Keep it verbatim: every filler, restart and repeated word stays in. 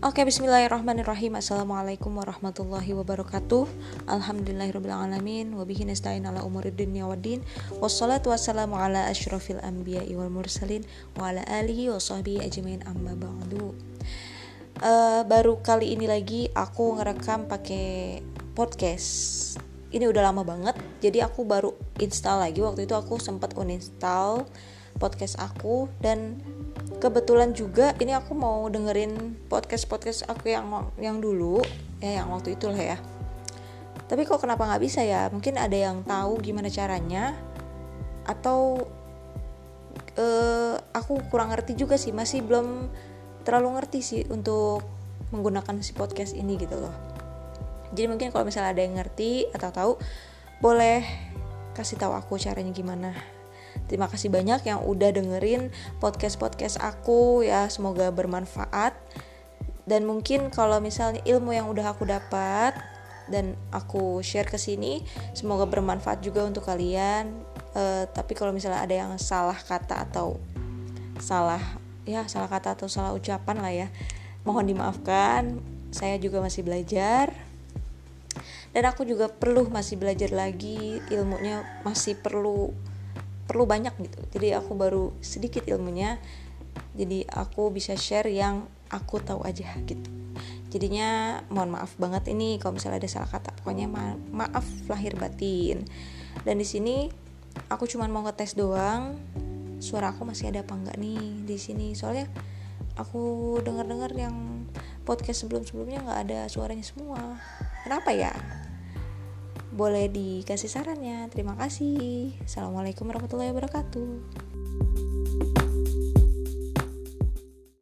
Oke, bismillahirrahmanirrahim. Assalamualaikum warahmatullahi wabarakatuh. Alhamdulillahirrabbilalamin. Wabihi nasta'in ala umuri dunya waddin. Wassalatu wassalamu ala asyrafil anbiya'i wal mursalin wa ala alihi wa sahbihi ajmain, amma ba'du. uh, Baru kali ini lagi aku ngerekam pakai podcast. Ini udah lama banget, jadi aku baru install lagi. Waktu itu aku sempat uninstall podcast aku, dan kebetulan juga ini aku mau dengerin podcast-podcast aku yang yang dulu ya, yang waktu itu lah ya. Tapi kok kenapa nggak bisa ya? Mungkin ada yang tahu gimana caranya, atau uh, aku kurang ngerti juga sih, masih belum terlalu ngerti sih untuk menggunakan si podcast ini gitu loh. Jadi mungkin kalau misalnya ada yang ngerti atau tahu, boleh kasih tahu aku caranya gimana. Terima kasih banyak yang udah dengerin podcast-podcast aku ya, semoga bermanfaat. Dan mungkin kalau misalnya ilmu yang udah aku dapat dan aku share ke sini, semoga bermanfaat juga untuk kalian. Uh, tapi kalau misalnya ada yang salah kata atau salah ya salah kata atau salah ucapan lah ya, mohon dimaafkan. Saya juga masih belajar. Dan aku juga perlu masih belajar lagi, ilmunya masih perlu perlu banyak gitu. Jadi aku baru sedikit ilmunya, jadi aku bisa share yang aku tahu aja gitu. Jadinya mohon maaf banget ini kalau misalnya ada salah kata. Pokoknya ma- maaf lahir batin. Dan di sini aku cuma mau ngetes doang, suara aku masih ada apa enggak nih di sini. Soalnya aku dengar-dengar yang podcast sebelum-sebelumnya nggak ada suaranya semua. Kenapa ya? Boleh dikasih sarannya. Terima kasih. Assalamualaikum warahmatullahi wabarakatuh.